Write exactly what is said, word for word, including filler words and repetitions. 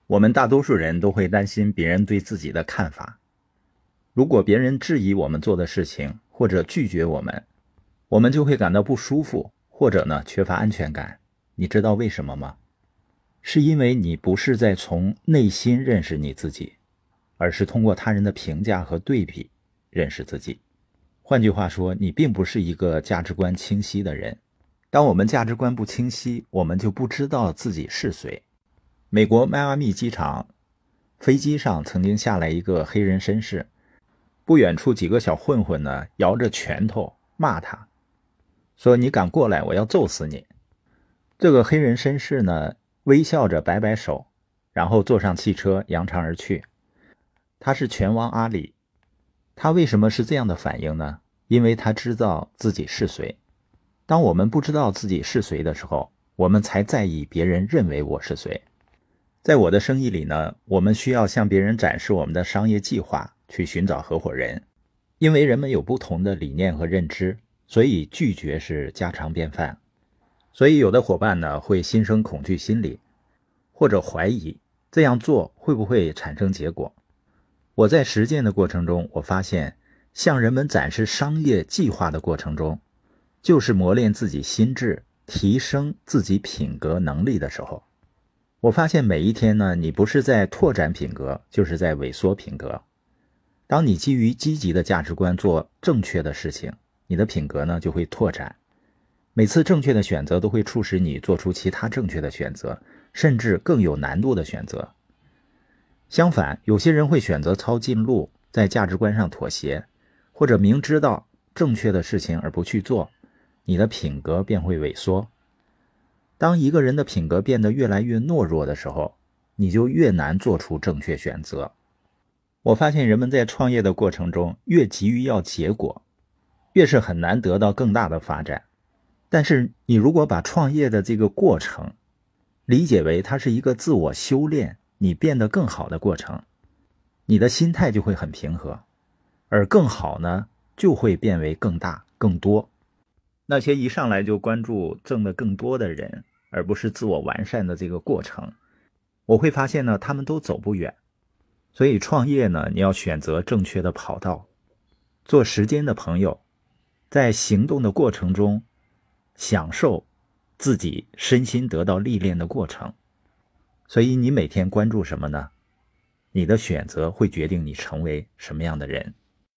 我们大多数人都会担心别人对自己的看法。如果别人质疑我们做的事情，或者拒绝我们，我们就会感到不舒服，或者呢缺乏安全感。你知道为什么吗？是因为你不是在从内心认识你自己，而是通过他人的评价和对比认识自己。换句话说，你并不是一个价值观清晰的人。当我们价值观不清晰，我们就不知道自己是谁。美国迈阿密机场飞机上曾经下来一个黑人绅士，不远处几个小混混呢摇着拳头骂他，说你敢过来我要揍死你。这个黑人绅士呢微笑着摆摆手，然后坐上汽车扬长而去。他是拳王阿里。他为什么是这样的反应呢？因为他知道自己是谁。当我们不知道自己是谁的时候，我们才在意别人认为我是谁。在我的生意里呢，我们需要向别人展示我们的商业计划，去寻找合伙人。因为人们有不同的理念和认知，所以拒绝是家常便饭。所以有的伙伴呢会心生恐惧心理，或者怀疑这样做会不会产生结果。我在实践的过程中，我发现向人们展示商业计划的过程中，就是磨练自己心智，提升自己品格能力的时候。我发现每一天呢，你不是在拓展品格，就是在萎缩品格。当你基于积极的价值观做正确的事情，你的品格呢就会拓展。每次正确的选择都会促使你做出其他正确的选择，甚至更有难度的选择。相反，有些人会选择抄近路，在价值观上妥协，或者明知道正确的事情而不去做，你的品格便会萎缩。当一个人的品格变得越来越懦弱的时候，你就越难做出正确选择。我发现人们在创业的过程中，越急于要结果，越是很难得到更大的发展。但是你如果把创业的这个过程理解为它是一个自我修炼，你变得更好的过程，你的心态就会很平和，而更好呢，就会变为更大更多。那些一上来就关注挣得更多的人，而不是自我完善的这个过程，我会发现呢，他们都走不远。所以创业呢，你要选择正确的跑道，做时间的朋友，在行动的过程中享受自己身心得到历练的过程。所以你每天关注什么呢？你的选择会决定你成为什么样的人。